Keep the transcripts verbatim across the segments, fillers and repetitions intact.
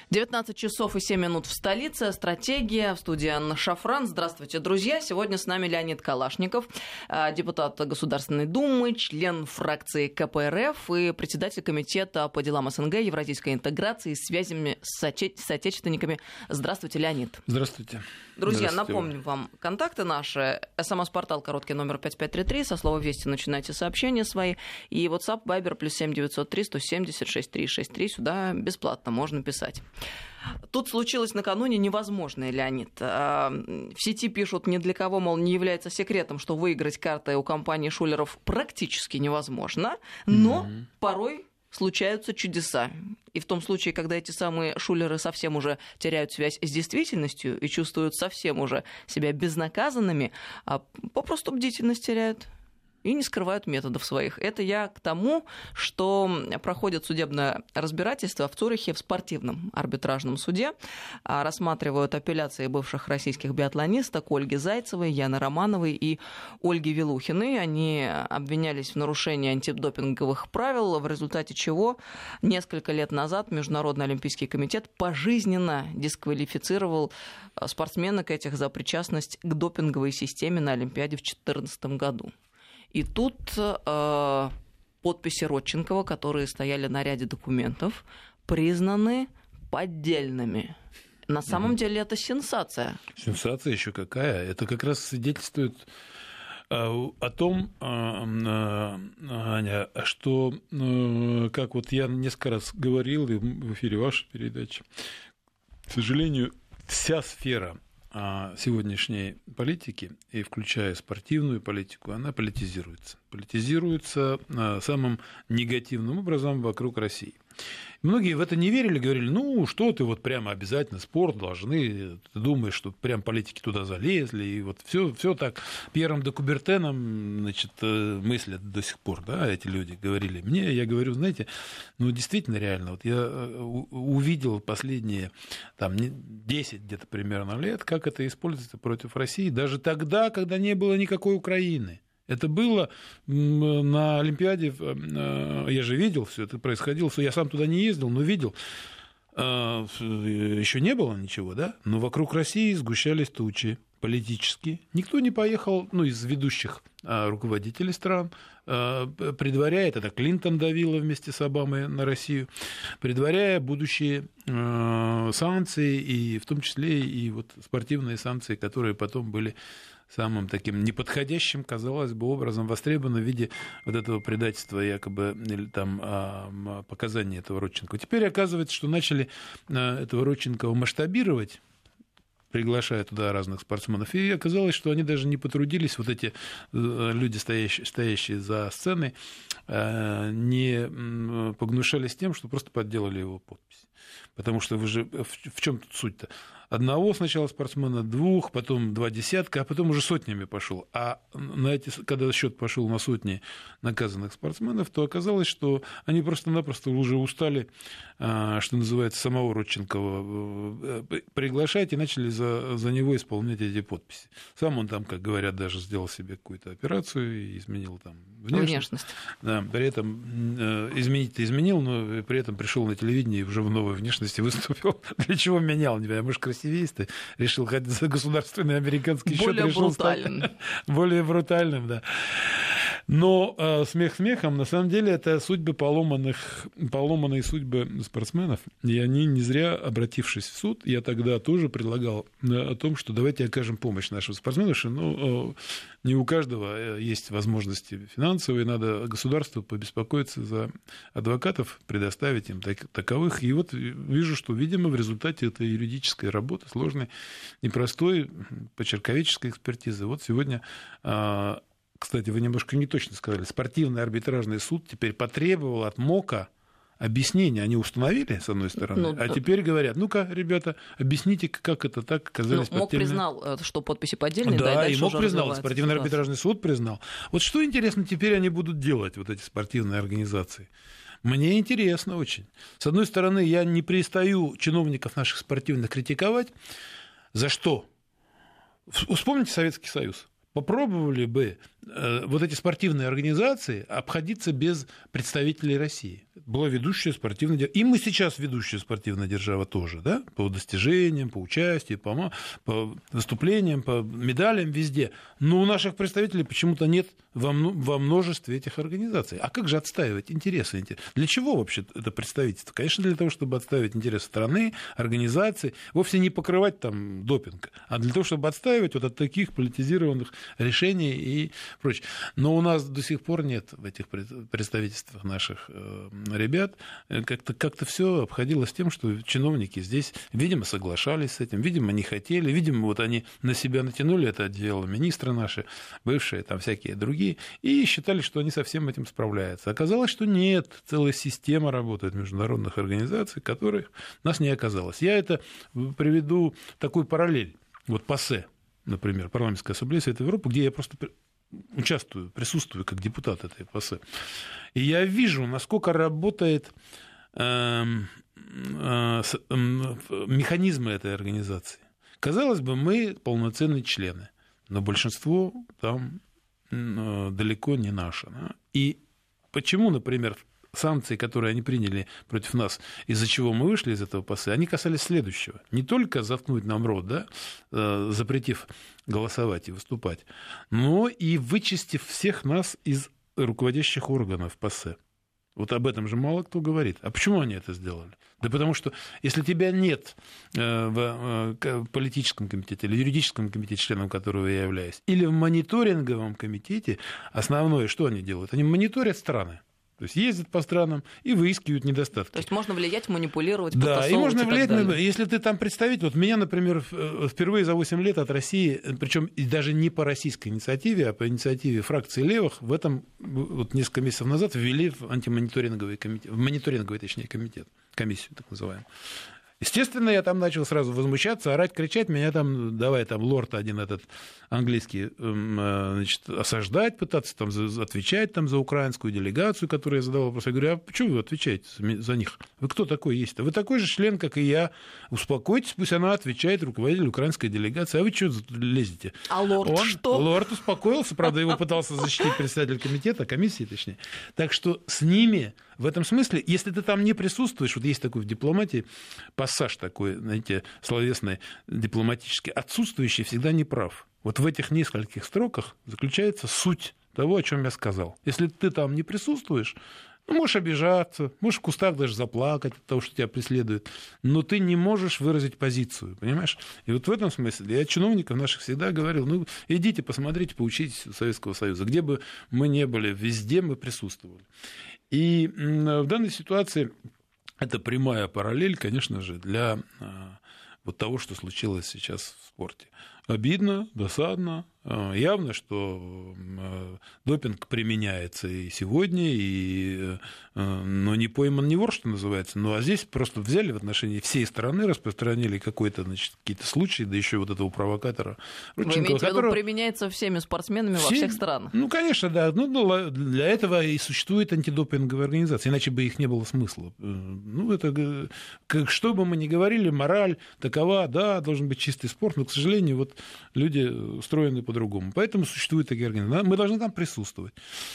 девятнадцать часов и семь минут в столице. Стратегия. В студии Анна Шафран. Здравствуйте, друзья. Сегодня с нами Леонид Калашников, депутат Государственной Думы, член фракции ка пэ эр эф и председатель комитета по делам СНГ, евразийской интеграции и связями с, отече- с отечественниками. Здравствуйте, Леонид. Здравствуйте. Друзья, Здравствуйте. напомним вам контакты наши. СМС-портал короткий номер пять пять три три. Со слова «Вести» начинайте сообщения свои. И WhatsApp, Viber, плюс семь девятьсот три сто семьдесят шестьдесят три шестьдесят три. Сюда бесплатно можно писать. Тут случилось накануне невозможное, Леонид. В сети пишут, ни для кого, мол, не является секретом, что выиграть карты у компании шулеров практически невозможно, но mm-hmm. порой случаются чудеса. И в том случае, когда эти самые шулеры совсем уже теряют связь с действительностью и чувствуют совсем уже себя безнаказанными, а попросту бдительность теряют и не скрывают методов своих. Это я к тому, что проходит судебное разбирательство в Цюрихе в спортивном арбитражном суде. Рассматривают апелляции бывших российских биатлонисток Ольги Зайцевой, Яны Романовой и Ольги Вилухиной. Они обвинялись в нарушении антидопинговых правил, в результате чего несколько лет назад Международный олимпийский комитет пожизненно дисквалифицировал спортсменок этих за причастность к допинговой системе на Олимпиаде в две тысячи четырнадцатом году. И тут э, подписи Родченкова, которые стояли на ряде документов, признаны поддельными. На самом mm-hmm. деле это сенсация. Сенсация еще какая? Это как раз свидетельствует э, о том, э, э, Аня, что, э, как вот я несколько раз говорил в эфире вашей передачи, к сожалению, вся сфера сегодняшней политики, и включая спортивную политику, она политизируется. Политизируется самым негативным образом вокруг России. Многие в это не верили, говорили, ну, что ты, вот прямо обязательно спорт должны, ты думаешь, что прям политики туда залезли, и вот все, все так Пьером де Кубертеном, значит, мыслят до сих пор, да, эти люди говорили мне, я говорю, знаете, ну, действительно, реально, вот я увидел последние, там, десять где-то примерно лет, как это используется против России, даже тогда, когда не было никакой Украины. Это было на Олимпиаде, я же видел, все это происходило, я сам туда не ездил, но видел, еще не было ничего, да, но вокруг России сгущались тучи политические, никто не поехал, ну, из ведущих руководителей стран, предваряя, это Клинтон давила вместе с Обамой на Россию, предваряя будущие санкции, и в том числе и вот спортивные санкции, которые потом были самым таким неподходящим, казалось бы, образом востребовано в виде вот этого предательства, якобы, или там показаний этого Родченкова. Теперь оказывается, что начали этого Родченкова масштабировать, приглашая туда разных спортсменов, и оказалось, что они даже не потрудились, вот эти люди, стоящие, стоящие за сценой, не погнушались тем, что просто подделали его подпись. Потому что вы же... В чем тут суть-то? Одного сначала спортсмена, двух, потом два десятка, а потом уже сотнями пошел. А на эти, когда счет пошел на сотни наказанных спортсменов, то оказалось, что они просто-напросто уже устали, что называется, самого Родченкова приглашать и начали за, за него исполнять эти подписи. Сам он там, как говорят, даже сделал себе какую-то операцию и изменил там внешность. внешность. Да, при этом изменить-то изменил, но при этом пришел на телевидение и уже в новой внешности выступил. Для чего менял? Не знаю, может, красивее ты решил ходить за государственный американский счет, более решил брутальным. стать более брутальным, да. Но э, смех смехом, на самом деле, это судьбы поломанных, поломанные судьбы спортсменов. И они не зря, обратившись в суд, я тогда тоже предлагал о том, что давайте окажем помощь нашим спортсменам, что ну, не у каждого есть возможности финансовые, надо государству побеспокоиться за адвокатов, предоставить им так, таковых. И вот вижу, что, видимо, в результате этой юридической работы, сложной, непростой, почерковеческой экспертизы, вот сегодня... Кстати, вы немножко не точно сказали. Спортивный арбитражный суд теперь потребовал от МОКа объяснения. Они установили, с одной стороны, ну, а да. теперь говорят, ну-ка, ребята, объясните, как это так оказались ну, поддельные. МОК признал, что подписи поддельные. Да, да, и, и МОК признал, спортивный арбитражный суд признал. Вот что интересно теперь они будут делать, вот эти спортивные организации? Мне интересно очень. С одной стороны, я не перестаю чиновников наших спортивных критиковать. За что? Вспомните Советский Союз. Попробовали бы вот эти спортивные организации обходиться без представителей России. Была ведущая спортивная держава. И мы сейчас ведущая спортивная держава тоже, да, по достижениям, по участию, по, по выступлениям, по медалям везде. Но у наших представителей почему-то нет во, во множестве этих организаций. А как же отстаивать интересы? Для чего вообще это представительство? Конечно, для того, чтобы отстаивать интересы страны, организации, вовсе не покрывать там допинг, а для того, чтобы отстаивать вот от таких политизированных решений и прочее. Но у нас до сих пор нет в этих представительствах наших ребят. Как-то, как-то все обходилось тем, что чиновники здесь, видимо, соглашались с этим, видимо, не хотели, видимо, вот они на себя натянули это одеяло, министры наши, бывшие, там всякие другие, и считали, что они со всем этим справляются. Оказалось, что нет, целая система работает международных организаций, которых нас не оказалось. Я это приведу такую параллель. Вот ПАСЕ, например, Парламентская ассамблея Совета Европы, где я просто участвую, присутствую как депутат этой ПАСЕ. И я вижу, насколько работает э, э, э, механизмы этой организации. Казалось бы, мы полноценные члены, но большинство там э, далеко не наше. Да? И почему, например, санкции, которые они приняли против нас, из-за чего мы вышли из этого ПАСЕ, они касались следующего. Не только заткнуть нам рот, да, запретив голосовать и выступать, но и вычистив всех нас из руководящих органов ПАСЕ. Вот об этом же мало кто говорит. А почему они это сделали? Да потому что если тебя нет в политическом комитете или юридическом комитете, членом которого я являюсь, или в мониторинговом комитете, основное, что они делают? Они мониторят страны. То есть ездят по странам и выискивают недостатки. То есть можно влиять, манипулировать, да, и можно влиять, на... если ты там представитель. Вот меня, например, впервые за восемь лет от России, причем даже не по российской инициативе, а по инициативе фракции левых, в этом вот несколько месяцев назад ввели в антимониторинговый комитет, в мониторинговый, точнее, комитет, комиссию так называемую. Естественно, я там начал сразу возмущаться, орать, кричать, меня там, давай там лорд один этот английский, значит, осаждать, пытаться там отвечать там за украинскую делегацию, которую я задавал вопрос. Я говорю, а почему вы отвечаете за них? Вы кто такой есть-то? Вы такой же член, как и я. Успокойтесь, пусть она отвечает, руководитель украинской делегации. А вы что лезете? А лорд Он, что? Лорд успокоился, правда, его пытался защитить председатель комитета, комиссии точнее. Так что с ними... В этом смысле, если ты там не присутствуешь, вот есть такой в дипломатии пассаж такой, знаете, словесный, дипломатический, отсутствующий всегда не прав. Вот в этих нескольких строках заключается суть того, о чем я сказал. Если ты там не присутствуешь, ну, можешь обижаться, можешь в кустах даже заплакать от того, что тебя преследуют, но ты не можешь выразить позицию, понимаешь? И вот в этом смысле я чиновникам наших всегда говорил, ну, идите, посмотрите, поучитесь у Советского Союза. Где бы мы ни были, везде мы присутствовали. И в данной ситуации это прямая параллель, конечно же, для вот того, что случилось сейчас в спорте. Обидно, досадно. Явно, что допинг применяется и сегодня, и, ну, не пойман, не вор, что называется. Ну, а здесь просто взяли в отношении всей страны, распространили какой-то, значит, какие-то случаи, да еще вот этого провокатора Рудченкова. Вы имеете в виду, которого... применяется всеми спортсменами Все... во всех странах? Ну, конечно, да. Ну, для этого и существует антидопинговая организация, иначе бы их не было смысла. Ну, это, что бы мы ни говорили, мораль такова, да, должен быть чистый спорт, но, к сожалению, вот люди устроены по-другому. Поэтому существуют такие организации. Мы должны там присутствовать.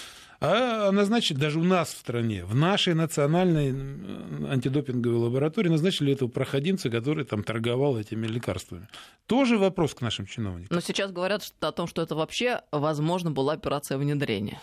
А назначить даже у нас в стране, в нашей национальной антидопинговой лаборатории назначили этого проходимца, который там торговал этими лекарствами. Тоже вопрос к нашим чиновникам. Но сейчас говорят что, о том, что это вообще, возможно, была операция внедрения.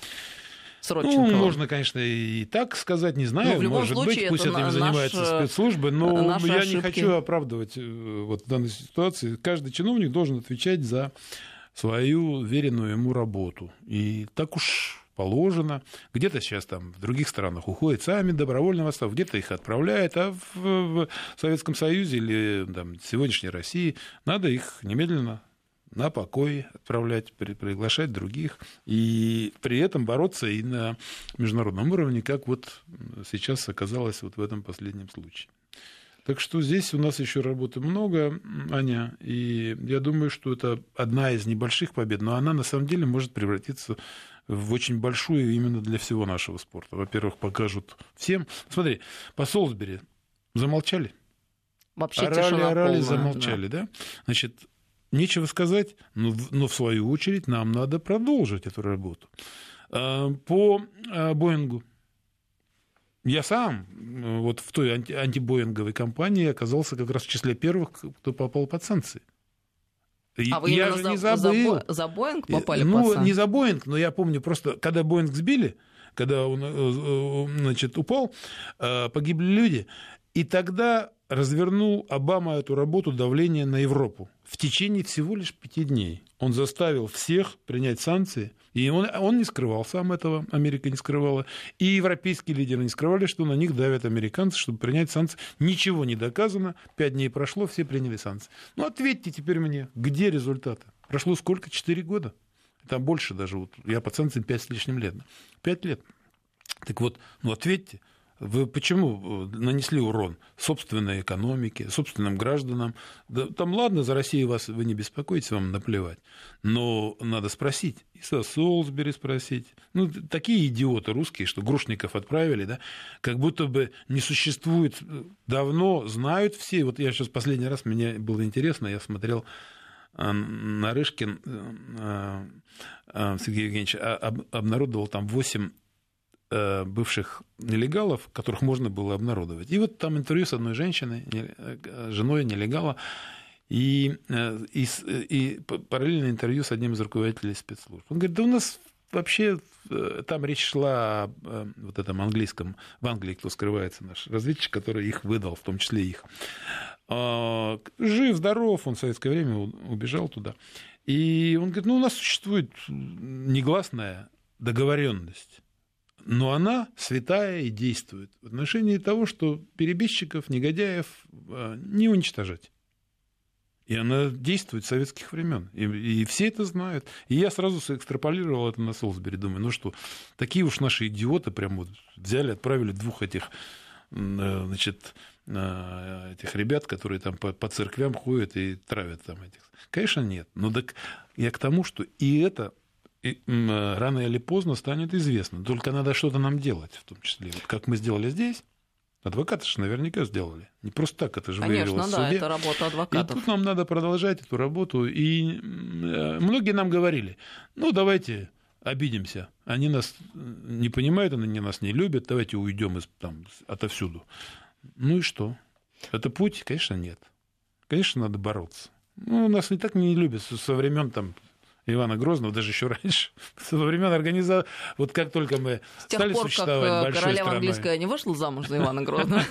Ну, можно, конечно, и так сказать, не знаю, может быть, пусть этим наш, занимаются спецслужбы, но я ошибки. не хочу оправдывать вот в данной ситуации. Каждый чиновник должен отвечать за свою веренную ему работу. И так уж положено. Где-то сейчас там в других странах уходят сами добровольно в отставку, где-то их отправляют, а в, в Советском Союзе или там, сегодняшней России надо их немедленно на покой отправлять, приглашать других, и при этом бороться и на международном уровне, как вот сейчас оказалось вот в этом последнем случае. Так что здесь у нас еще работы много, Аня, и я думаю, что это одна из небольших побед, но она на самом деле может превратиться в очень большую именно для всего нашего спорта. Во-первых, покажут всем. Смотри, по Солсбери замолчали. Вообще орали, тишина орали, полная, замолчали, да? да? Значит, нечего сказать, но, но в свою очередь нам надо продолжить эту работу. По Боингу. Я сам вот в той анти- антибоинговой кампании оказался как раз в числе первых, кто попал под санкции. А вы я именно же за, не забыл. за, за Боинг попали ну, под санкции? Не за Боинг, но я помню просто, когда Боинг сбили, когда он, значит, упал, погибли люди, и тогда развернул Обама эту работу давления на Европу. В течение всего лишь пяти дней он заставил всех принять санкции, и он, он не скрывал сам этого, Америка не скрывала, и европейские лидеры не скрывали, что на них давят американцы, чтобы принять санкции. Ничего не доказано, пять дней прошло, все приняли санкции. Ну, ответьте теперь мне, где результаты? Прошло сколько? Четыре года? Там больше даже, вот, я под санкциями пять с лишним лет. Пять лет. Так вот, ну, ответьте. Вы почему нанесли урон собственной экономике, собственным гражданам? Да, там, ладно, за Россию вас вы не беспокоитесь, вам наплевать. Но надо спросить, и со Солсбери спросить. Ну, такие идиоты русские, что Грушников отправили, да, как будто бы не существует, давно знают все. Вот я сейчас последний раз, мне было интересно, я смотрел Нарышкин Сергей Евгеньевич обнародовал там восемь бывших нелегалов, которых можно было обнародовать. И вот там интервью с одной женщиной, женой нелегала, и, и, и параллельно интервью с одним из руководителей спецслужб. Он говорит, да у нас вообще там речь шла о вот этом английском, в Англии, кто скрывается, наш разведчик, который их выдал, в том числе их. Жив, здоров, он в советское время убежал туда. И он говорит, ну у нас существует негласная договоренность, но она святая и действует в отношении того, что перебежчиков, негодяев не уничтожать. И она действует с советских времен. И, и все это знают. И я сразу экстраполировал это на Солсбери. Думаю, ну что, такие уж наши идиоты прям вот взяли, отправили двух этих, значит, этих ребят, которые там по, по церквям ходят и травят там этих. Конечно, нет. Но так я к тому, что и это... И рано или поздно станет известно. Только надо что-то нам делать, в том числе. Вот как мы сделали здесь, адвокаты же наверняка сделали. Не просто так, это же выявилось в суде. Конечно, да, это работа адвокатов. И тут нам надо продолжать эту работу. И многие нам говорили, ну, давайте обидимся. Они нас не понимают, они нас не любят, давайте уйдем из, там, отовсюду. Ну и что? Это путь? Конечно, нет. Конечно, надо бороться. Ну, нас и так не любят со времен там Ивана Грозного, даже еще раньше, во времен организации, вот как только мы стали существовать большой страной. С тех пор, как королева английская не вышла замуж за Ивана Грозного.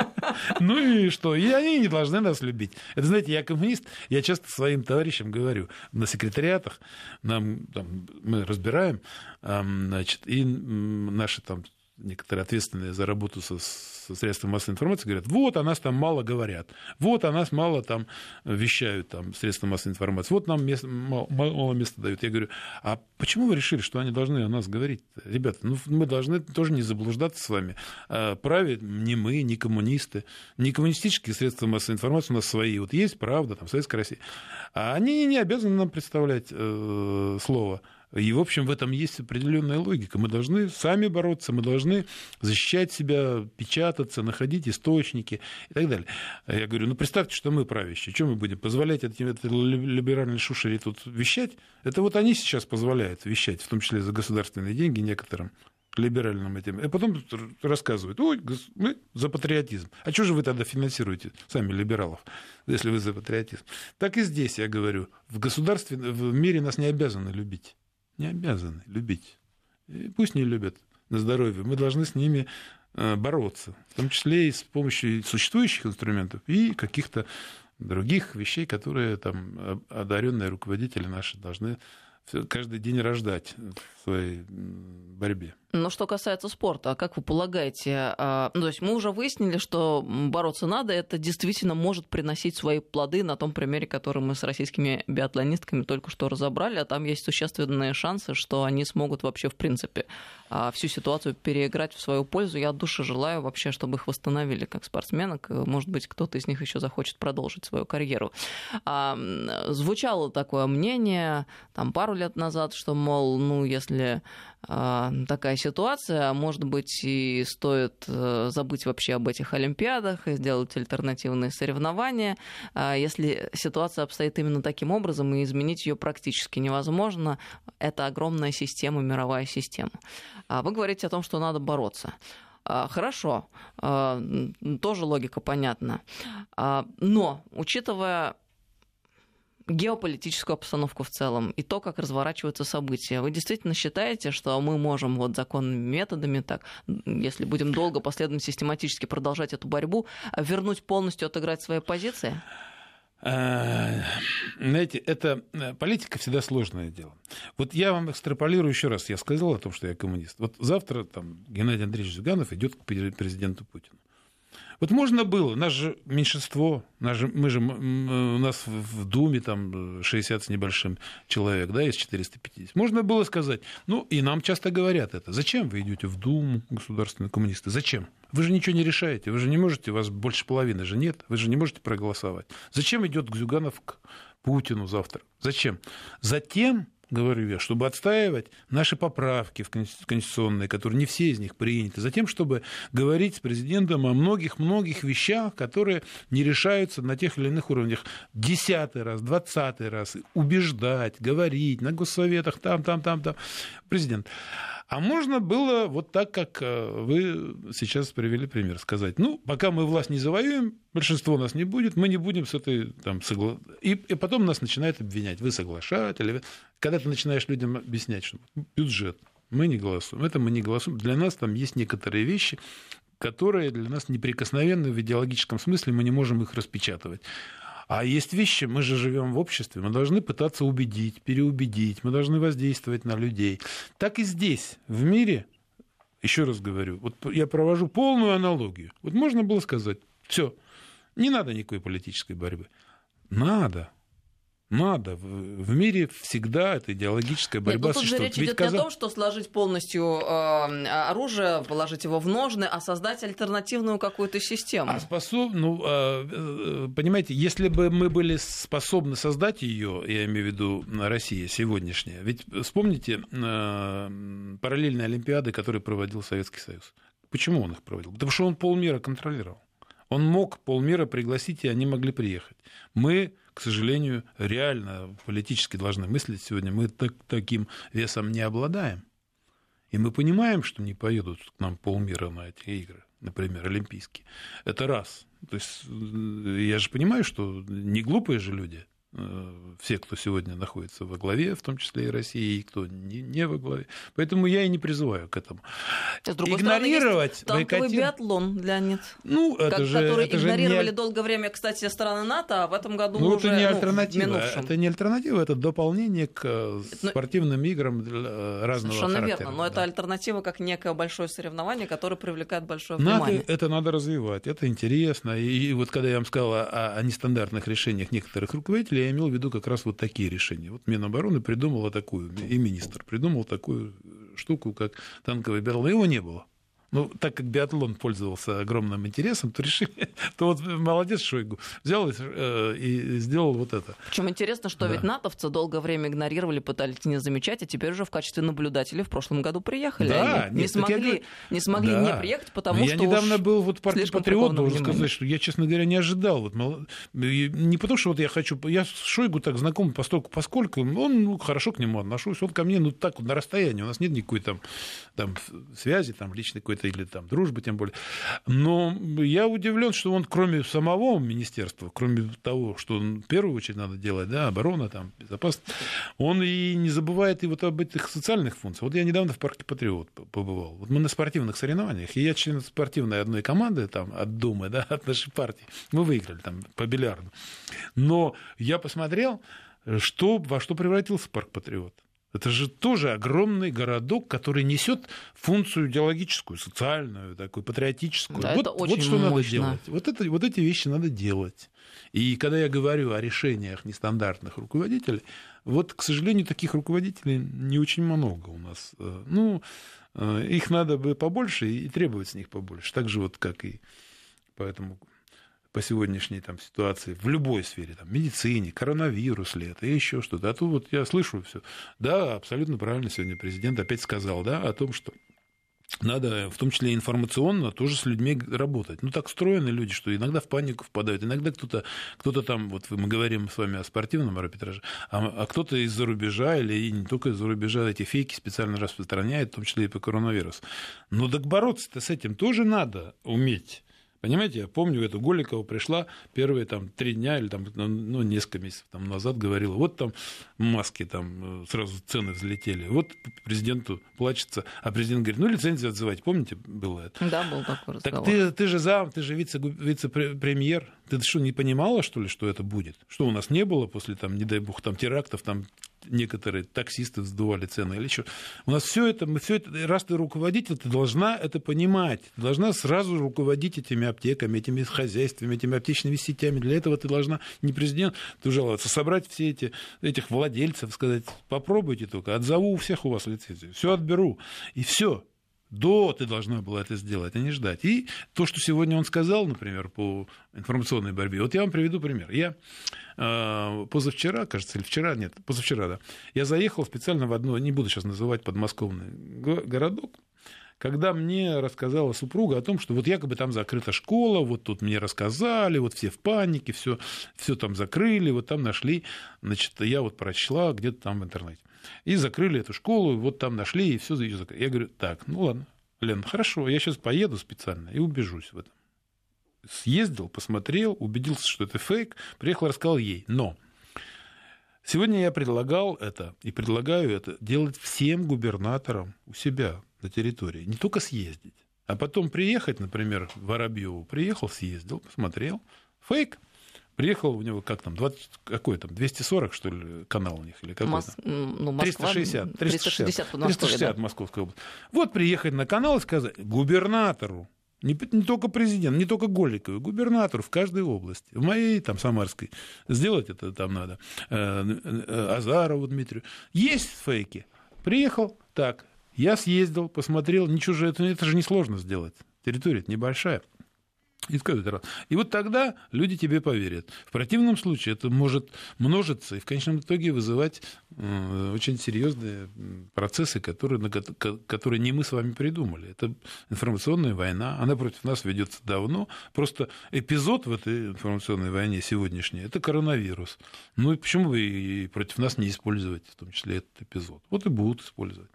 Ну и что? И они не должны нас любить. Это, знаете, я коммунист, я часто своим товарищам говорю, на секретариатах нам, там, мы разбираем, значит, и наши там некоторые ответственные за работу со, со средствами массовой информации говорят, вот о нас там мало говорят, вот о нас мало там вещают там, средства массовой информации, вот нам место, мало, мало места дают. Я говорю, а почему вы решили, что они должны о нас говорить? Ребята, ну, мы должны тоже не заблуждаться с вами. Праве не мы, не коммунисты, не коммунистические средства массовой информации у нас свои. Вот есть правда, там, Советская Россия. А они не обязаны нам представлять э, слово. И, в общем, в этом есть определенная логика. Мы должны сами бороться, мы должны защищать себя, печататься, находить источники и так далее. Я говорю, ну, представьте, что мы правящие. Что мы будем позволять этой, этой либеральной шушере тут вещать? Это вот они сейчас позволяют вещать, в том числе за государственные деньги некоторым либеральным этим. И потом рассказывают, ой, мы за патриотизм. А что же вы тогда финансируете сами либералов, если вы за патриотизм? Так и здесь, я говорю, в государстве, в мире нас не обязаны любить. Не обязаны любить. И пусть не любят на здоровье. Мы должны с ними бороться, в том числе и с помощью существующих инструментов и каких-то других вещей, которые там одаренные руководители наши должны каждый день рождать в своей борьбе. Но что касается спорта, как вы полагаете, ну, то есть мы уже выяснили, что бороться надо, это действительно может приносить свои плоды на том примере, который мы с российскими биатлонистками только что разобрали, а там есть существенные шансы, что они смогут вообще, в принципе, всю ситуацию переиграть в свою пользу. Я от души желаю вообще, чтобы их восстановили как спортсменок. Может быть, кто-то из них еще захочет продолжить свою карьеру. Звучало такое мнение там пару лет назад, что, мол, ну, если такая ситуация. Может быть, и стоит забыть вообще об этих олимпиадах и сделать альтернативные соревнования, если ситуация обстоит именно таким образом, и изменить ее практически невозможно. Это огромная система, мировая система. Вы говорите о том, что надо бороться. Хорошо, тоже логика понятна. Но, учитывая геополитическую обстановку в целом и то, как разворачиваются события, вы действительно считаете, что мы можем вот законными методами, так, если будем долго, последовательно, систематически продолжать эту борьбу, вернуть полностью, отыграть свои позиции? Знаете, это политика всегда сложное дело. Вот я вам экстраполирую еще раз. Я сказал о том, что я коммунист. Вот завтра там Геннадий Андреевич Зюганов идет к президенту Путину. Вот можно было, нас же меньшинство, нас же, мы же, у нас в Думе там шестьдесят с небольшим человек, да, из четырёхсот пятидесяти. Можно было сказать, ну, и нам часто говорят это, зачем вы идете в Думу, государственные коммунисты, зачем? Вы же ничего не решаете, вы же не можете, у вас больше половины же нет, вы же не можете проголосовать. Зачем идет Зюганов к Путину завтра? Зачем? Затем, говорю я, чтобы отстаивать наши поправки в конституционные, которые не все из них приняты, затем, чтобы говорить с президентом о многих-многих вещах, которые не решаются на тех или иных уровнях десятый раз, двадцатый раз, убеждать, говорить на госсоветах, там, там, там, там. Президент. А можно было вот так, как вы сейчас привели пример, сказать, ну, пока мы власть не завоюем, большинство нас не будет, мы не будем с этой там согласны. И, и потом нас начинают обвинять, вы соглашатели. Когда ты начинаешь людям объяснять, что бюджет, мы не голосуем, это мы не голосуем, для нас там есть некоторые вещи, которые для нас неприкосновенны в идеологическом смысле, мы не можем их распечатывать. А есть вещи, мы же живем в обществе, мы должны пытаться убедить, переубедить, мы должны воздействовать на людей. Так и здесь, в мире, еще раз говорю, вот я провожу полную аналогию. Вот можно было сказать, все, не надо никакой политической борьбы. Надо. Надо. В мире всегда это идеологическая борьба. Нет, ну, тут же речь идет Казах... не о том, что сложить полностью э, оружие, положить его в ножны, а создать альтернативную какую-то систему. А способ... ну, э, понимаете, если бы мы были способны создать ее, я имею в виду Россия сегодняшняя, ведь вспомните э, параллельные олимпиады, которые проводил Советский Союз. Почему он их проводил? Потому что он полмира контролировал. Он мог полмира пригласить, и они могли приехать. Мы, к сожалению, реально политически должны мыслить сегодня. Мы так, таким весом не обладаем. И мы понимаем, что не поедут к нам полмира на эти игры, например, олимпийские. Это раз. То есть я же понимаю, что не глупые же люди. Все, кто сегодня находится во главе, в том числе и России, и кто не, не во главе. Поэтому я и не призываю к этому. С другой игнорировать стороны, есть танковый биатлон для нет, ну, это как, же, который это игнорировали же не... долгое время, кстати, страны НАТО, а в этом году ну, уже это не ну, альтернатива. минувшем. Это не альтернатива, это дополнение к но... спортивным играм разного Совершенно характера. Верно, но да. Это альтернатива как некое большое соревнование, которое привлекает большое надо, внимание. Это надо развивать, это интересно. И, и вот когда я вам сказал о, о нестандартных решениях некоторых руководителей, я имел в виду как раз вот такие решения. Вот Минобороны придумала такую, и министр придумал такую штуку, как танковый биатлон. Его не было. Ну, так как биатлон пользовался огромным интересом, то решили, то вот молодец Шойгу взял и, э, и сделал вот это. Причем интересно, что да. ведь натовцы долгое время игнорировали, пытались не замечать, а теперь уже в качестве наблюдателей в прошлом году приехали. Да, Они нет, не смогли, говорю... не, смогли да. не приехать, потому Но что я недавно был вот партий Патриот, должен внимания. сказать, что я, честно говоря, не ожидал. Вот, не потому, что вот я хочу... Я с Шойгу так знаком, постольку, поскольку он, ну, хорошо к нему отношусь, он ко мне, ну, так вот на расстоянии, у нас нет никакой там, там связи, там, личной какой-то или там дружбы, тем более. Но я удивлен, что он, кроме самого министерства, кроме того, что он в первую очередь надо делать, да, оборона, там, безопасность, он и не забывает и вот об этих социальных функциях. Вот я недавно в парке Патриот побывал. Вот мы на спортивных соревнованиях, и я член спортивной одной команды там, от Думы, да, от нашей партии. Мы выиграли там по бильярду. Но я посмотрел, что, во что превратился парк Патриот. Это же тоже огромный городок, который несет функцию идеологическую, социальную, такую патриотическую. Да, вот, это очень вот что мощно. надо делать. Вот, это, вот эти вещи надо делать. И когда я говорю о решениях нестандартных руководителей, вот, к сожалению, таких руководителей не очень много у нас. Ну, их надо бы побольше и требовать с них побольше. Так же, вот, как и поэтому по сегодняшней там, ситуации в любой сфере, там, медицине, коронавирус ли это, и еще что-то. А тут вот я слышу все. Да, абсолютно правильно сегодня президент опять сказал, да, о том, что надо, в том числе информационно, тоже с людьми работать. Ну, так устроены люди, что иногда в панику впадают, иногда кто-то, кто-то там, вот мы говорим с вами о спортивном арбитраже, а, а кто-то из-за рубежа, или и не только из-за рубежа, эти фейки специально распространяет, в том числе и по коронавирусу. Но так бороться-то с этим тоже надо уметь. Понимаете, я помню, эту Голикова пришла первые там, три дня или там, ну, несколько месяцев там, назад говорила, вот там маски, там сразу цены взлетели, вот президенту плачется, а президент говорит, ну, лицензию отзывать, помните, было это? Да, был такой разговор. Так ты, ты же зам, ты же вице, вице-премьер, ты что, не понимала, что ли, что это будет? Что у нас не было после, там, не дай бог, там, терактов, там, некоторые таксисты вздували цены или еще. У нас все это, мы все это, раз ты руководитель, ты должна это понимать. Ты должна сразу руководить этими аптеками, этими хозяйствами, этими аптечными сетями. Для этого ты должна, не президент, ты жаловаться, собрать все эти, этих владельцев, сказать, попробуйте только, отзову у всех у вас лицензию, все отберу. И все. До ты должна была это сделать, а не ждать. И то, что сегодня он сказал, например, по информационной борьбе, вот я вам приведу пример. Я э, позавчера, кажется, или вчера, нет, позавчера, да, я заехал специально в одно, не буду сейчас называть подмосковный городок, когда мне рассказала супруга о том, что вот якобы там закрыта школа, вот тут мне рассказали, вот все в панике, все, все там закрыли, вот там нашли, значит, я вот прочла где-то там в интернете. И закрыли эту школу, вот там нашли, и все ее закрыли. Я говорю, так, ну ладно, Лен, хорошо, я сейчас поеду специально и убежусь в этом. Съездил, посмотрел, убедился, что это фейк, приехал, рассказал ей. Но сегодня я предлагал это, и предлагаю это делать всем губернаторам у себя на территории. Не только съездить, а потом приехать, например, в Воробьёво. Приехал, съездил, посмотрел. Фейк. Приехал у него, как там, двадцать, какой там, двести сорок, что ли, канал у них? Или какой Мос... ну, Москва, триста шестьдесят. триста шестьдесят, триста шестьдесят да. Московская область. Вот приехать на канал и сказать губернатору, не, не только президент, не только Голикову, губернатору в каждой области, в моей, там, Самарской, сделать это там надо, Азарову Дмитрию. Есть фейки. Приехал, так, я съездил, посмотрел, ничего же, это, это же несложно сделать. Территория-то небольшая. И, и вот тогда люди тебе поверят. В противном случае это может множиться и в конечном итоге вызывать очень серьезные процессы, которые, которые не мы с вами придумали. Это информационная война, она против нас ведется давно. Просто эпизод в этой информационной войне сегодняшней – это коронавирус. Ну и почему бы и против нас не использовать в том числе этот эпизод? Вот и будут использовать.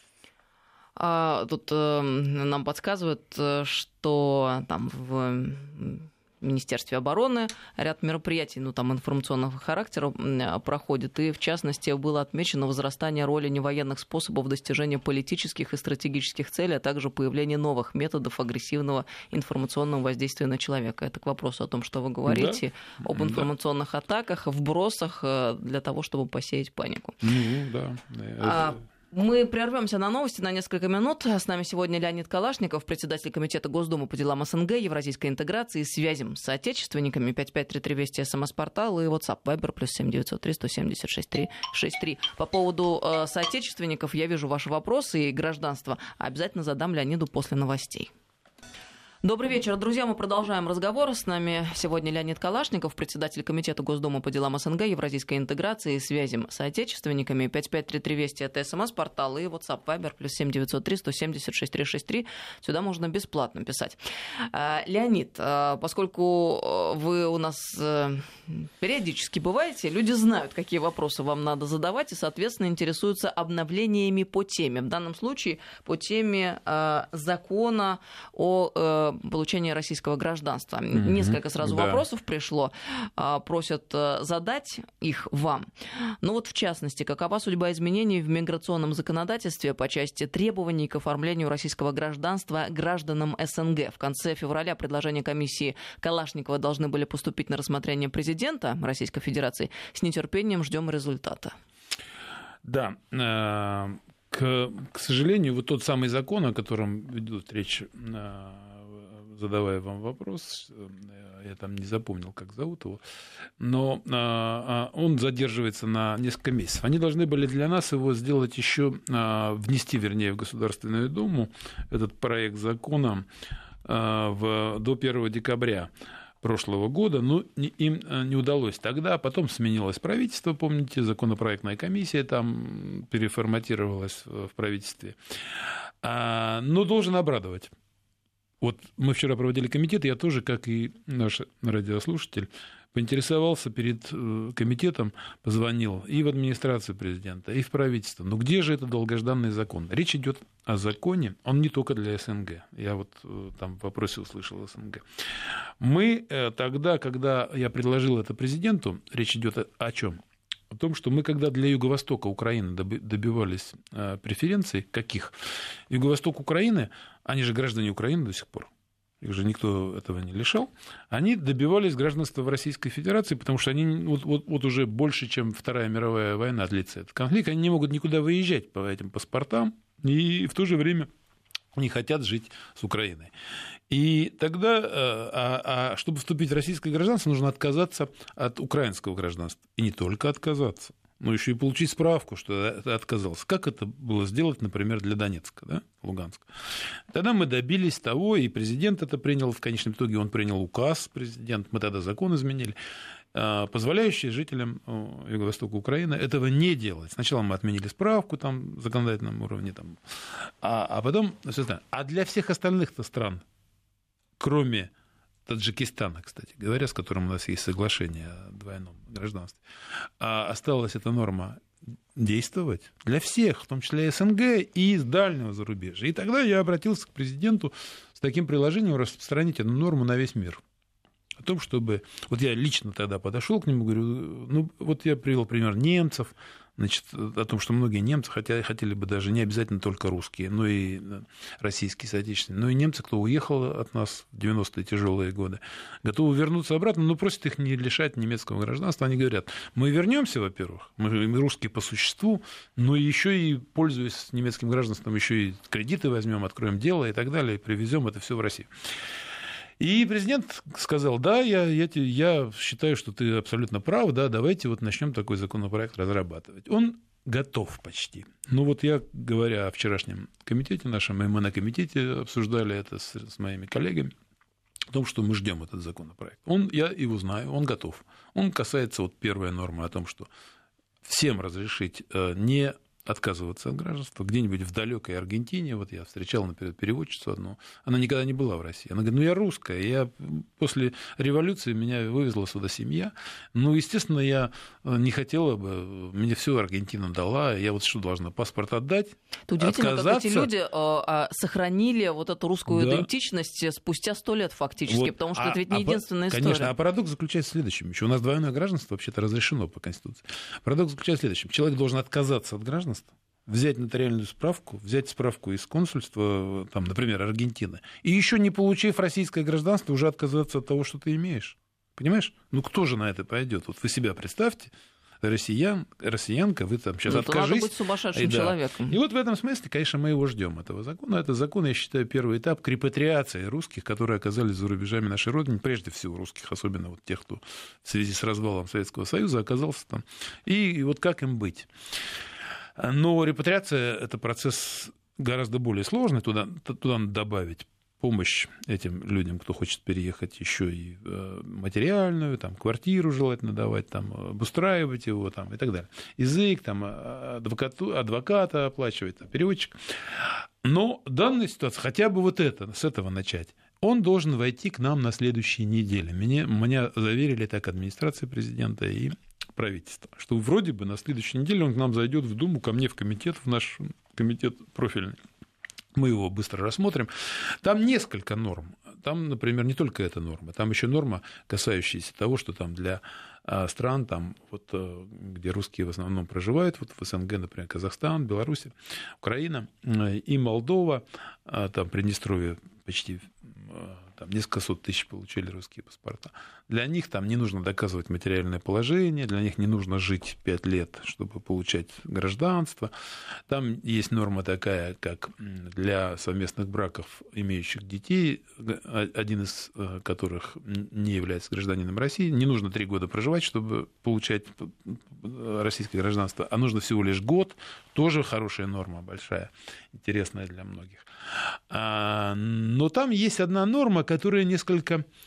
Тут нам подсказывают, что там в Министерстве обороны ряд мероприятий, ну, там, информационного характера проходит, и, в частности, было отмечено возрастание роли невоенных способов достижения политических и стратегических целей, а также появление новых методов агрессивного информационного воздействия на человека. Это к вопросу о том, что вы говорите, да, об информационных да. атаках, вбросах для того, чтобы посеять панику. Ну, да. А... Мы прервемся на новости на несколько минут. С нами сегодня Леонид Калашников, председатель комитета Госдумы по делам СНГ, евразийской интеграции и связям с соотечественниками. пять пять три три Вести, СМС-портал и WhatsApp, Viber, плюс семь девятьсот три сто семьдесят шесть три шесть три. По поводу э, соотечественников я вижу ваши вопросы и гражданство. Обязательно задам Леониду после новостей. Добрый вечер, друзья. Мы продолжаем разговор. С нами сегодня Леонид Калашников, председатель комитета Госдумы по делам СНГ, евразийской интеграции и связям с соотечественниками. пять пять три три Вести, это СМС-портал и WhatsApp, Viber, плюс семь девятьсот три сто семьдесят шесть три шесть три. Сюда можно бесплатно писать. Леонид, поскольку вы у нас периодически бываете, люди знают, какие вопросы вам надо задавать, и, соответственно, интересуются обновлениями по теме. В данном случае по теме закона о получения российского гражданства. Mm-hmm. Несколько сразу да. вопросов пришло. Просят задать их вам. Ну вот, в частности, какова судьба изменений в миграционном законодательстве по части требований к оформлению российского гражданства гражданам СНГ? В конце февраля предложения комиссии Калашникова должны были поступить на рассмотрение президента Российской Федерации. С нетерпением ждем результата. Да. К, к сожалению, вот тот самый закон, о котором ведет речь, задавая вам вопрос, я там не запомнил, как зовут его, но он задерживается на несколько месяцев. Они должны были для нас его сделать еще, внести, вернее, в Государственную Думу этот проект закона в, до первого декабря. прошлого года, но им не удалось тогда. Потом сменилось правительство, помните, законопроектная комиссия там переформатировалась в правительстве. Но должен обрадовать. Вот мы вчера проводили комитет, я тоже, как и наш радиослушатель, поинтересовался перед комитетом, позвонил и в администрацию президента, и в правительство. Ну где же этот долгожданный закон? Речь идет о законе, он не только для СНГ. Я вот там в вопросе услышал СНГ. Мы тогда, когда я предложил это президенту, речь идет о чем? О том, что мы, когда для Юго-Востока Украины добивались преференций, каких? Юго-Восток Украины, они же граждане Украины до сих пор, их же никто этого не лишал, они добивались гражданства в Российской Федерации, потому что они вот, вот, вот уже больше, чем Вторая мировая война длится этот конфликт, они не могут никуда выезжать по этим паспортам, и в то же время не хотят жить с Украиной. И тогда, а, а, чтобы вступить в российское гражданство, нужно отказаться от украинского гражданства. И не только отказаться, но еще и получить справку, что ты отказался. Как это было сделать, например, для Донецка, да, Луганска? Тогда мы добились того, и президент это принял, в конечном итоге он принял указ, президент, мы тогда закон изменили, позволяющий жителям Юго-Востока Украины этого не делать. Сначала мы отменили справку там, в законодательном уровне, там, а, а потом... А для всех остальных-то стран, кроме Таджикистана, кстати говоря, с которым у нас есть соглашение о двойном гражданстве, осталась эта норма действовать для всех, в том числе и СНГ, и из дальнего зарубежья. И тогда я обратился к президенту с таким предложением распространить эту норму на весь мир. О том, чтобы... Вот я лично тогда подошел к нему, говорю, ну, вот я привел пример немцев, значит, о том, что многие немцы хотя, хотели бы даже не обязательно только русские, но и российские соотечественные, но и немцы, кто уехал от нас в девяностые тяжелые годы, готовы вернуться обратно, но просят их не лишать немецкого гражданства. Они говорят, мы вернемся, во-первых, мы русские по существу, но еще и, пользуясь немецким гражданством, еще и кредиты возьмем, откроем дело и так далее, и привезем это все в Россию. И президент сказал, да, я, я, я считаю, что ты абсолютно прав, да, давайте вот начнем такой законопроект разрабатывать. Он готов почти. Ну вот я, говоря о вчерашнем комитете нашем, и мы на комитете обсуждали это с, с моими коллегами, о том, что мы ждем этот законопроект. Он, я его знаю, он готов. Он касается вот первой нормы о том, что всем разрешить не отказываться от гражданства где-нибудь в далекой Аргентине. Вот я встречал, например, переводчицу одну. Она никогда не была в России. Она говорит, ну я русская. Я после революции меня вывезла сюда семья. Ну, естественно, я не хотела бы. Мне всю Аргентину дала. Я вот что должна? Паспорт отдать? Это удивительно, как эти люди сохранили вот эту русскую да. идентичность спустя сто лет фактически. Вот. Потому что а, это ведь не а, единственная история. Конечно. А парадокс заключается в следующем. Еще у нас двойное гражданство вообще-то разрешено по Конституции. Парадокс заключается в следующем. Человек должен отказаться от гражданства, взять нотариальную справку, взять справку из консульства, там, например, Аргентины, и еще не получив российское гражданство, уже отказаться от того, что ты имеешь. Понимаешь? Ну, кто же на это пойдет? Вот вы себя представьте, россиян, россиянка, вы там сейчас ну, откажись. Надо быть сумасшедшим и, да. человеком. И вот в этом смысле, конечно, мы его ждем, этого закона. Это закон, я считаю, первый этап к репатриации русских, которые оказались за рубежами нашей Родины, прежде всего русских, особенно вот тех, кто в связи с развалом Советского Союза оказался там. И, и вот как им быть? Но репатриация – это процесс гораздо более сложный. Туда, туда надо добавить помощь этим людям, кто хочет переехать, еще и материальную, там, квартиру желательно давать, там, обустраивать его там, и так далее. Язык, там, адвокату, адвоката оплачивать, там, переводчик. Но данная ситуация, хотя бы вот это, с этого начать, он должен войти к нам на следующей неделе. Меня, меня заверили так администрация президента и правительства, что вроде бы на следующей неделе он к нам зайдет в Думу, ко мне в комитет, в наш комитет профильный. Мы его быстро рассмотрим. Там несколько норм. Там, например, не только эта норма, там еще норма, касающаяся того, что там для стран, там, вот, где русские в основном проживают, вот в СНГ, например, Казахстан, Беларусь, Украина и Молдова, там Приднестровье почти там, несколько сот тысяч получили русские паспорта. Для них там не нужно доказывать материальное положение, для них не нужно жить пять лет, чтобы получать гражданство. Там есть норма такая, как для совместных браков, имеющих детей, один из которых не является гражданином России, не нужно три года проживать, чтобы получать российское гражданство, а нужно всего лишь год. Тоже хорошая норма, большая, интересная для многих. Но там есть одна норма, которая несколько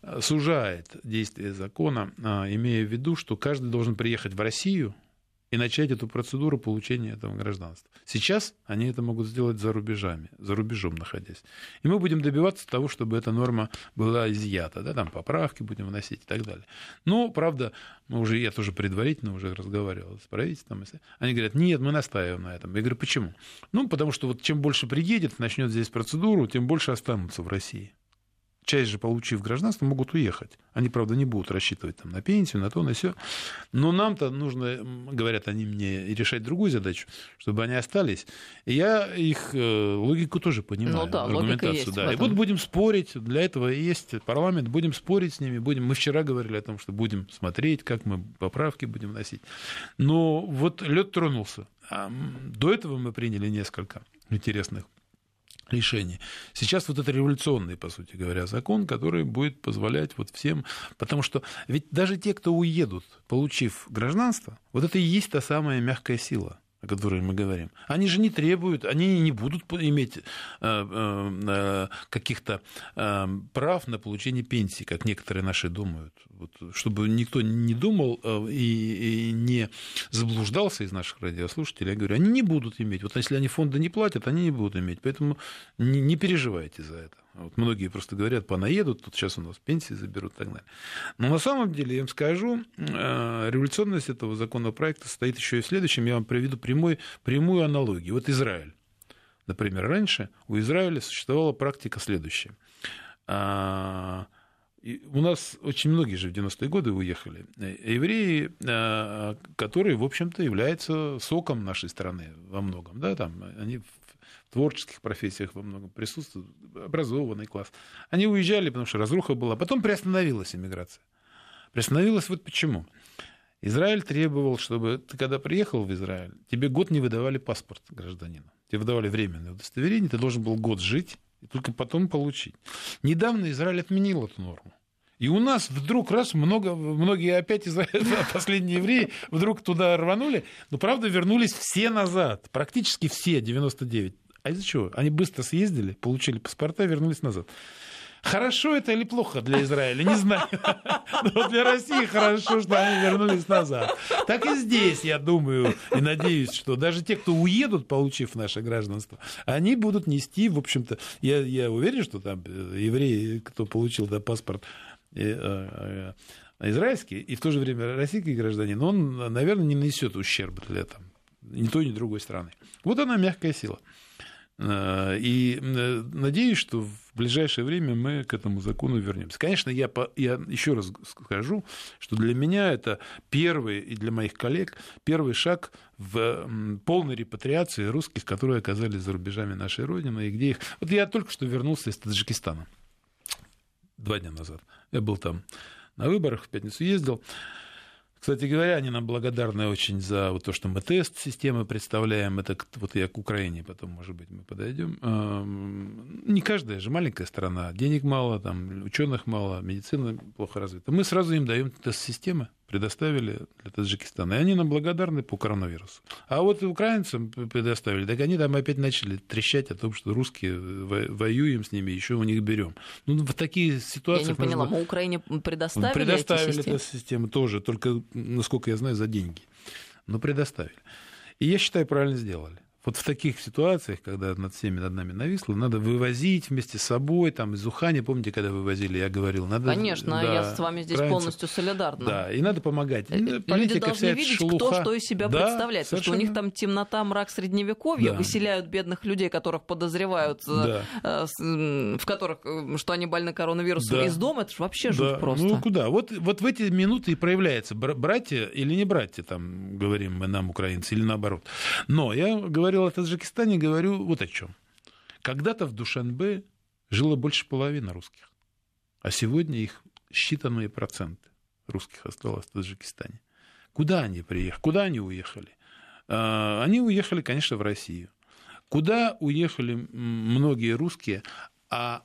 сужает действие закона, имея в виду, что каждый должен приехать в Россию и начать эту процедуру получения этого гражданства. Сейчас они это могут сделать за рубежами, за рубежом находясь. И мы будем добиваться того, чтобы эта норма была изъята, да, там поправки будем вносить и так далее. Но, правда, мы уже, я тоже предварительно уже разговаривал с правительством, они говорят, нет, мы настаиваем на этом. Я говорю, почему? Ну, потому что вот чем больше приедет, начнет здесь процедуру, тем больше останутся в России. Часть же, получив гражданство, могут уехать. Они, правда, не будут рассчитывать там, на пенсию, на то, на сё. Но нам-то нужно, говорят они мне, решать другую задачу, чтобы они остались. И я их логику тоже понимаю. Ну да, логика есть. Да. И вот будем спорить, для этого есть парламент, будем спорить с ними. Будем... Мы вчера говорили о том, что будем смотреть, как мы поправки будем вносить. Но вот лед тронулся. А до этого мы приняли несколько интересных решений. Сейчас вот это революционный, по сути говоря, закон, который будет позволять вот всем, потому что ведь даже те, кто уедут, получив гражданство, вот это и есть та самая мягкая сила, о которой мы говорим. Они же не требуют, они не будут иметь э, э, каких-то э, прав на получение пенсии, как некоторые наши думают. Вот, чтобы никто не думал э, и, и не заблуждался из наших радиослушателей, я говорю, они не будут иметь. Вот если они фонды не платят, они не будут иметь. Поэтому не, не переживайте за это. Вот многие просто говорят, понаедут, тут сейчас у нас пенсии заберут и так далее. Но на самом деле, я вам скажу, революционность этого законопроекта состоит еще и в следующем. Я вам приведу прямой, прямую аналогию. Вот Израиль. Например, раньше у Израиля существовала практика следующая. И у нас очень многие же в девяностые годы уехали. Евреи, которые, в общем-то, являются соком нашей страны во многом. Да, там, они в творческих профессиях во многом присутствуют, образованный класс. Они уезжали, потому что разруха была. Потом приостановилась иммиграция. Приостановилась вот почему. Израиль требовал, чтобы ты, когда приехал в Израиль, тебе год не выдавали паспорт гражданина. Тебе выдавали временное удостоверение, ты должен был год жить и только потом получить. Недавно Израиль отменил эту норму. И у нас вдруг раз много, многие опять из последние евреи вдруг туда рванули, но правда вернулись все назад, практически все, девяносто девять. А из-за чего? Они быстро съездили, получили паспорта, вернулись назад. Хорошо это или плохо для Израиля, не знаю. Но для России хорошо, что они вернулись назад. Так и здесь, я думаю и надеюсь, что даже те, кто уедут, получив наше гражданство, они будут нести, в общем-то, я, я уверен, что там евреи, кто получил да, паспорт израильский и в то же время российский гражданин, он, наверное, не нанесет ущерб для там, ни той, ни другой страны. Вот она мягкая сила. И надеюсь, что в ближайшее время мы к этому закону вернемся. Конечно, я, я еще раз скажу, что для меня это первый, и для моих коллег, первый шаг в полной репатриации русских, которые оказались за рубежами нашей Родины. И где их... Вот я только что вернулся из Таджикистана два дня назад. Я был там на выборах, в пятницу ездил. Кстати говоря, они нам благодарны очень за вот то, что мы тест системы представляем. Это вот я к Украине потом, может быть, мы подойдем. Не каждая же маленькая страна. Денег мало, там, ученых мало, медицина плохо развита. Мы сразу им даем тест-системы, предоставили для Таджикистана. И они нам благодарны по коронавирусу. А вот украинцам предоставили, так они там опять начали трещать о том, что русские воюем с ними, еще у них берем. Ну, в такие ситуации... Я не поняла, мы Украине предоставили Предоставили эти тест-системы тоже, только, насколько я знаю, за деньги. Но предоставили. И я считаю, правильно сделали. Вот в таких ситуациях, когда над всеми над нами нависло, надо вывозить вместе с собой, там, из Ухани, помните, когда вывозили, я говорил, надо... Конечно, да, я с вами здесь украинцев. Полностью солидарна. Да, и надо помогать. Политика Люди должны вся видеть, шелуха. Кто что из себя да, представляет, потому что у них там темнота, мрак средневековья, да. Выселяют бедных людей, которых подозревают, да. в которых, что они больны коронавирусом, да. из дома, это же вообще да. жуть просто. Ну, куда? Вот, вот в эти минуты и проявляется, братья или не братья, там, говорим мы нам, украинцы, или наоборот. Но я говорю, говорил о Таджикистане, говорю вот о чем. Когда-то в Душанбе жило больше половины русских, а сегодня их считанные проценты русских осталось в Таджикистане. Куда они приехали? Куда они уехали? Они уехали, конечно, в Россию. Куда уехали многие русские, а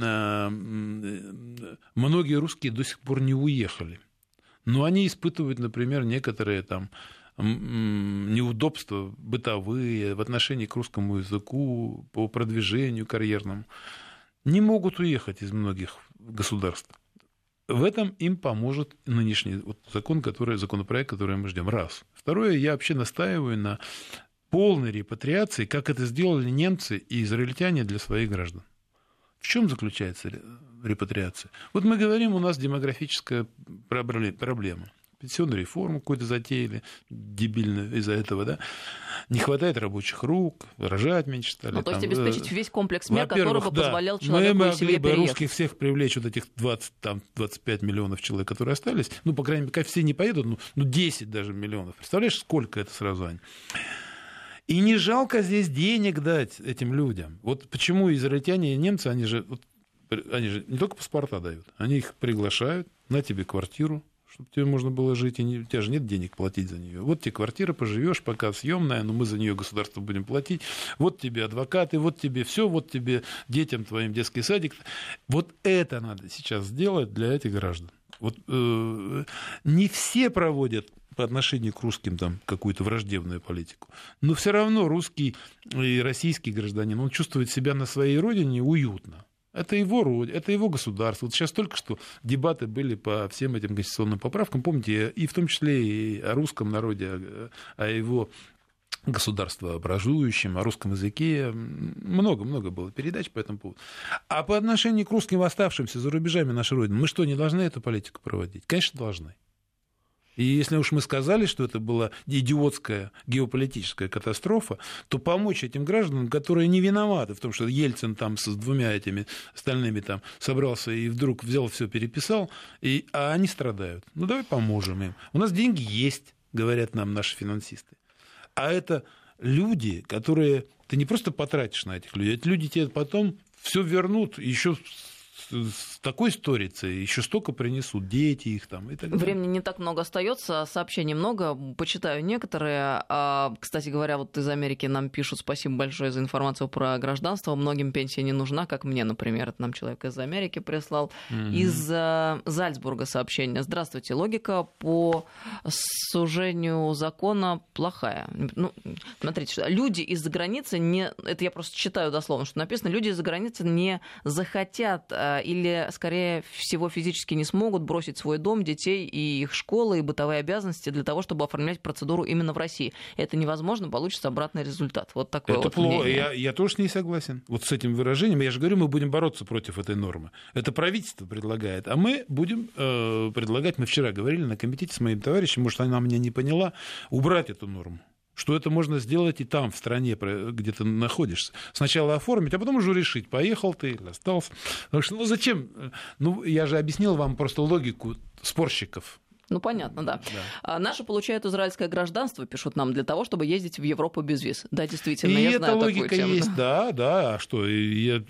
многие русские до сих пор не уехали. Но они испытывают, например, некоторые там неудобства бытовые в отношении к русскому языку, по продвижению карьерному, не могут уехать из многих государств. В этом им поможет нынешний вот закон, который, законопроект, который мы ждем. Раз. Второе, я вообще настаиваю на полной репатриации, как это сделали немцы и израильтяне для своих граждан. В чем заключается репатриация? Вот мы говорим, у нас демографическая проблема. Пенсионную реформу какую-то затеяли, дебильно из-за этого, да? Не хватает рабочих рук, рожать меньше стали. Ну, то есть там, обеспечить весь комплекс мер, который бы да, позволял человеку мы себе могли бы переехать. Русских всех привлечь, вот этих двадцать, там, двадцать пять миллионов человек, которые остались, ну, по крайней мере, все не поедут, ну, ну десять даже миллионов. Представляешь, сколько это сразу, Ань? И не жалко здесь денег дать этим людям. Вот почему израильтяне и немцы, они же, вот, они же не только паспорта дают, они их приглашают, на тебе квартиру, чтобы тебе можно было жить, и не, у тебя же нет денег платить за нее. Вот тебе квартира, поживешь, пока съемная, но мы за нее государство будем платить. Вот тебе адвокаты, вот тебе все, вот тебе детям твоим детский садик. Вот это надо сейчас сделать для этих граждан. Вот э, не все проводят по отношению к русским там какую-то враждебную политику, но все равно русский и российский гражданин, он чувствует себя на своей родине уютно. Это его родина, это его государство. Вот сейчас только что дебаты были по всем этим конституционным поправкам. Помните, и в том числе и о русском народе, о его государствообразующем, о русском языке. Много-много было передач по этому поводу. А по отношению к русским оставшимся за рубежами нашей родины, мы что, не должны эту политику проводить? Конечно, должны. И если уж мы сказали, что это была идиотская геополитическая катастрофа, то помочь этим гражданам, которые не виноваты в том, что Ельцин там с двумя этими остальными там собрался и вдруг взял все переписал, и, а они страдают. Ну, давай поможем им. У нас деньги есть, говорят нам наши финансисты. А это люди, которые... Ты не просто потратишь на этих людей, эти люди тебе потом все вернут, еще с такой сторицей, еще столько принесут, дети их там и так далее. Времени не так много остается, сообщений много, почитаю некоторые. Кстати говоря, вот из Америки нам пишут: спасибо большое за информацию про гражданство, многим пенсия не нужна, как мне, например. Это нам человек из Америки прислал. Mm-hmm. Из Зальцбурга сообщение: здравствуйте, логика по сужению закона плохая. Ну, смотрите, что люди из-за границы не... Это я просто читаю дословно, что написано: люди из-за границы не захотят или, скорее всего, физически не смогут бросить свой дом, детей и их школы, и бытовые обязанности для того, чтобы оформлять процедуру именно в России. Это невозможно, получится обратный результат. Вот такое это вот плохо. мнение. Я, я тоже не согласен вот с этим выражением. Я же говорю, мы будем бороться против этой нормы. Это правительство предлагает, а мы будем э, предлагать, мы вчера говорили на комитете с моим товарищем, может, она меня не поняла, убрать эту норму. Что это можно сделать и там, в стране, где ты находишься. Сначала оформить, а потом уже решить, поехал ты или остался. Потому что, ну, зачем? Ну, я же объяснил вам просто логику спорщиков. Ну, понятно, да. да. А наши получают израильское гражданство, пишут нам, для того, чтобы ездить в Европу без виз. Да, действительно, и я эта знаю логика такую тему. есть, да, да. А что? Я,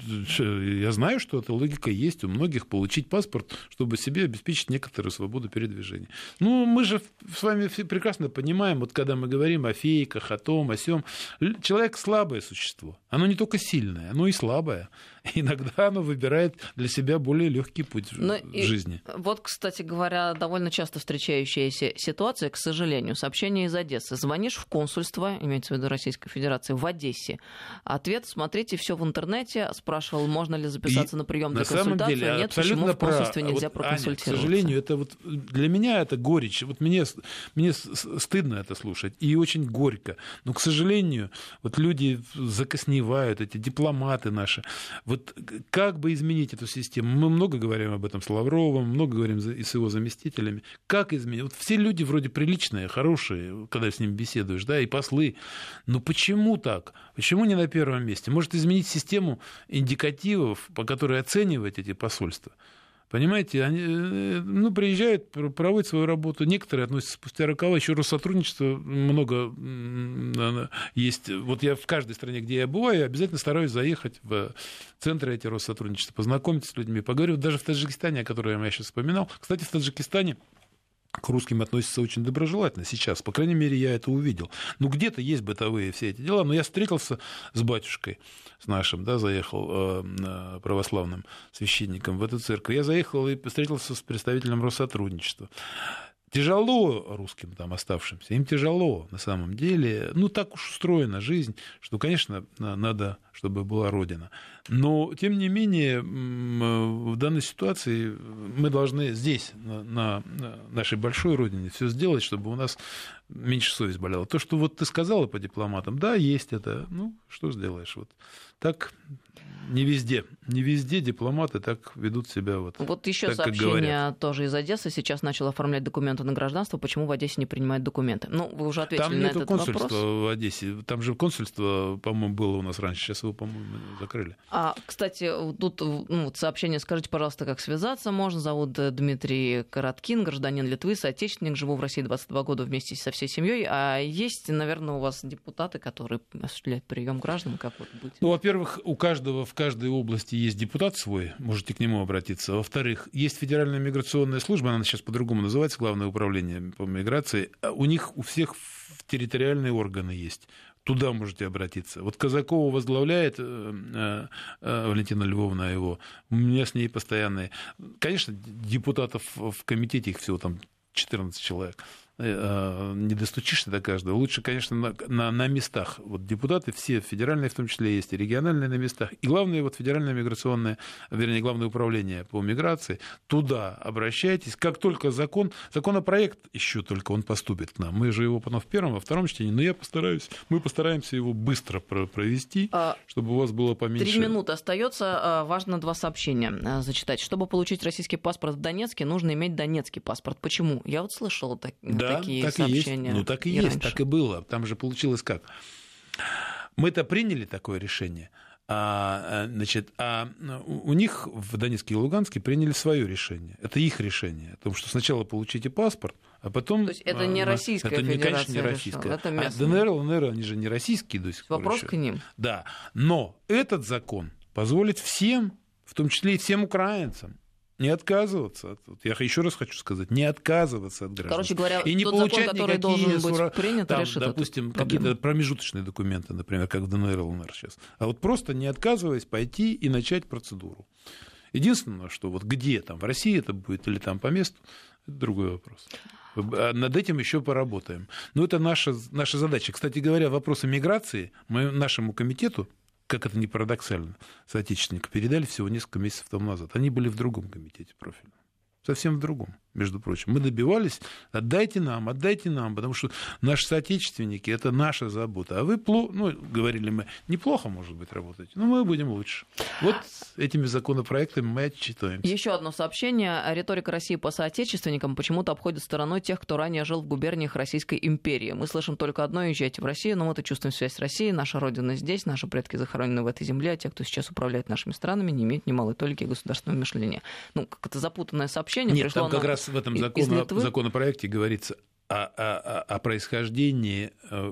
я знаю, что эта логика есть у многих, получить паспорт, чтобы себе обеспечить некоторую свободу передвижения. Ну, мы же с вами прекрасно понимаем, вот когда мы говорим о фейках, о том, о сём, человек слабое существо. Оно не только сильное, оно и слабое. Иногда оно выбирает для себя более легкий путь Но в жизни. Вот, кстати говоря, довольно часто встречающаяся ситуация, к сожалению, сообщение из Одессы. Звонишь в консульство, имеется в виду Российской Федерации, в Одессе. Ответ: смотрите, все в интернете. Спрашивал, можно ли записаться и на прием для консультации. Деле, Нет, почему в консульстве про... нельзя вот, проконсультироваться? Аня, к сожалению, это вот для меня это горечь. Вот мне, мне стыдно это слушать и очень горько. Но, к сожалению, вот люди закосневают, эти дипломаты наши. Вот как бы изменить эту систему? Мы много говорим об этом с Лавровым, много говорим и с его заместителями. Как изменить? Вот все люди вроде приличные, хорошие, когда с ними беседуешь, да, и послы. Но почему так? Почему не на первом месте? Может, изменить систему индикативов, по которой оценивать эти посольства? Понимаете, они ну, приезжают, проводят свою работу. Некоторые относятся спустя рукава. Еще Россотрудничество много есть. Вот я в каждой стране, где я бываю, обязательно стараюсь заехать в центры эти Россотрудничества, познакомиться с людьми, поговорить. Даже в Таджикистане, о котором я сейчас вспоминал. Кстати, в Таджикистане к русским относятся очень доброжелательно сейчас. По крайней мере, я это увидел. Ну, где-то есть бытовые все эти дела. Но я встретился с батюшкой, с нашим, да, заехал э, православным священником в эту церковь. Я заехал и встретился с представителем Россотрудничества. Тяжело русским там оставшимся, им тяжело на самом деле. Ну, так уж устроена жизнь, что, конечно, надо чтобы была Родина. Но, тем не менее, в данной ситуации мы должны здесь, на нашей большой Родине, все сделать, чтобы у нас меньше совесть болела. То, что вот ты сказала по дипломатам, да, есть это, ну, что сделаешь, вот так... Не везде. Не везде дипломаты так ведут себя. Вот, вот еще так, сообщение тоже из Одессы. Сейчас начал оформлять документы на гражданство. Почему в Одессе не принимают документы? Ну, вы уже ответили там на этот вопрос. Там нету консульства в Одессе. Там же консульство, по-моему, было у нас раньше. Сейчас его, по-моему, закрыли. А, кстати, тут ну, сообщение. Скажите, пожалуйста, как связаться можно? Зовут Дмитрий Короткин, гражданин Литвы, соотечественник. Живу в России двадцать два года вместе со всей семьей. А есть, наверное, у вас депутаты, которые осуществляют прием граждан? Как вот быть? Ну, во-первых, у каждого в каждой области есть депутат свой, можете к нему обратиться. Во-вторых, есть Федеральная миграционная служба, она сейчас по-другому называется, Главное управление по миграции. У них у всех территориальные органы есть. Туда можете обратиться. Вот Казакова возглавляет э, э, Валентина Львовна его. У меня с ней постоянные... Конечно, депутатов в комитете, их всего там четырнадцать человек. Не достучишься до каждого. Лучше, конечно, на, на, на местах. Вот депутаты все, федеральные в том числе есть, и региональные на местах. И главное, вот федеральное миграционное, вернее, главное управление по миграции, туда обращайтесь. Как только закон, законопроект еще только он поступит к нам. Мы же его потом в первом, во втором чтении, но я постараюсь, мы постараемся его быстро провести, а, чтобы у вас было поменьше. Три минуты остается. Важно два сообщения зачитать. Чтобы получить российский паспорт в Донецке, нужно иметь донецкий паспорт. Почему? Я вот слышала так. Да, такие так сообщения. И есть. Ну, так и, и есть, раньше. Так и было. Там же получилось как? Мы-то приняли такое решение, а, значит, а у них в Донецке и Луганске приняли свое решение. Это их решение. О том, что сначала получите паспорт, а потом... То есть это не Российская это, Федерация конечно, не российская. Это а ДНР, ЛНР, они же не российские до сих пор. Вопрос еще. К ним. Да. Но этот закон позволит всем, в том числе и всем украинцам, не отказываться. Я еще раз хочу сказать, не отказываться от гражданства. Короче говоря, и не тот получать закон, который должен быть сура... принят, там, решит допустим, какие-то промежуточные документы, например, как в ДНР, ЛНР сейчас. А вот просто не отказываясь пойти и начать процедуру. Единственное, что вот где там, в России это будет или там по месту, это другой вопрос. Над этим еще поработаем. Но это наша, наша задача. Кстати говоря, вопросы миграции мы нашему комитету, как это ни парадоксально, соотечественника передали всего несколько месяцев тому назад. Они были в другом комитете профильном. Совсем в другом, между прочим. Мы добивались, отдайте нам, отдайте нам, потому что наши соотечественники – это наша забота. А вы, ну, говорили мы, неплохо, может быть, работаете, но мы будем лучше. Вот этими законопроектами мы отчитываемся. Еще одно сообщение. Риторика России по соотечественникам почему-то обходит стороной тех, кто ранее жил в губерниях Российской империи. Мы слышим только одно: езжайте в Россию, но мы-то чувствуем связь с Россией, наша родина здесь, наши предки захоронены в этой земле, а те, кто сейчас управляет нашими странами, не имеют ни малой толики государственного мшления. Ну, как-то запутанное сообщение. Нет, там как раз в этом закон, законопроекте говорится о, о, о происхождении,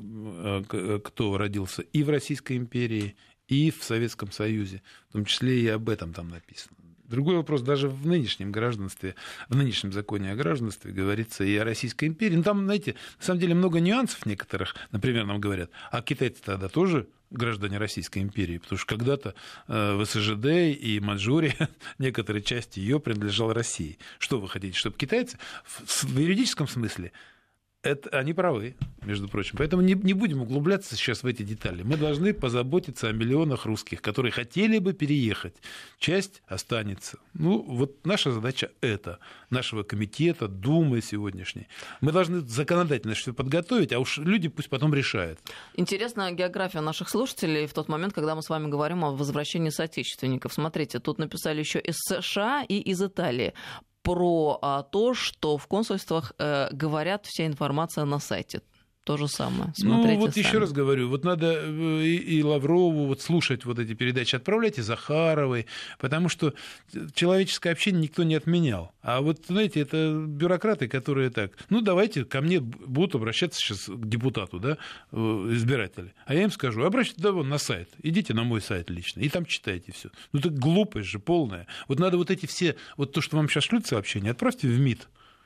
кто родился и в Российской империи, и в Советском Союзе. В том числе и об этом там написано. Другой вопрос, даже в нынешнем гражданстве, в нынешнем законе о гражданстве говорится и о Российской империи. Ну, там, знаете, на самом деле много нюансов некоторых. Например, нам говорят, а китайцы тогда тоже граждане Российской империи, потому что когда-то в СЖД и Маньчжурия, некоторые части ее принадлежала России. Что вы хотите, чтобы китайцы в юридическом смысле? Это, они правы, между прочим. Поэтому не, не будем углубляться сейчас в эти детали. Мы должны позаботиться о миллионах русских, которые хотели бы переехать. Часть останется. Ну, вот наша задача это, нашего комитета, Думы сегодняшней. Мы должны законодательно все подготовить, а уж люди пусть потом решают. Интересна география наших слушателей в тот момент, когда мы с вами говорим о возвращении соотечественников. Смотрите, тут написали еще из США и из Италии. Про а, то, что в консульствах э, говорят, вся информация на сайте. То же самое. Смотрите ну, вот сами. Еще раз говорю, вот надо и, и Лаврову вот слушать вот эти передачи, отправляйте Захаровой, потому что человеческое общение никто не отменял. А вот, знаете, это бюрократы, которые так, ну, давайте ко мне будут обращаться сейчас к депутату, да, избиратели. А я им скажу, обращайтесь да, вон, на сайт, идите на мой сайт лично, и там читайте все. Ну, так глупость же полная. Вот надо вот эти все, вот то, что вам сейчас шлют сообщения, отправьте в МИД.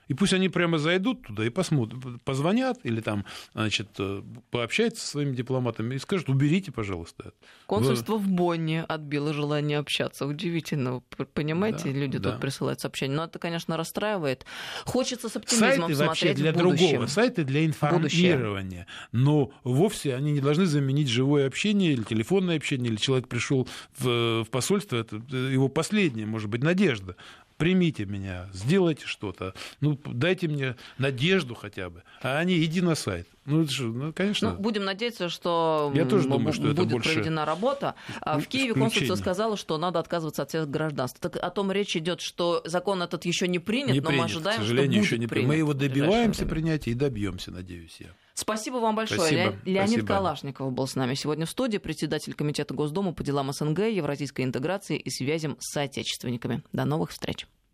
И пусть они прямо зайдут туда и посмотрят, позвонят или там, значит, пообщаются со своими дипломатами и скажут: уберите, пожалуйста. Консульство Вы... в Бонне отбило желание общаться. Удивительно. Понимаете, да, люди да. тут присылают сообщения. Но это, конечно, расстраивает. Хочется с оптимизмом сайты смотреть для в будущем. Другого. Сайты для информирования. Но вовсе они не должны заменить живое общение или телефонное общение, или человек пришел в, в посольство, это его последняя, может быть, надежда. Примите меня, сделайте что-то, ну, дайте мне надежду хотя бы, а они иди на сайт. Ну, это же, ну, конечно. Ну, будем надеяться, что, Я тоже думаю, что будет это больше проведена работа. В Киеве консульство сказало, что надо отказываться от всех гражданств. Так о том речь идет, что закон этот еще не принят, не но принят, мы ожидаем, к сожалению, что будет еще не принят. Мы его добиваемся принятия и добьемся, надеюсь я. Спасибо вам большое. Спасибо. Леонид Спасибо. Калашников был с нами сегодня в студии, председатель Комитета Госдумы по делам СНГ, евразийской интеграции и связям с соотечественниками. До новых встреч.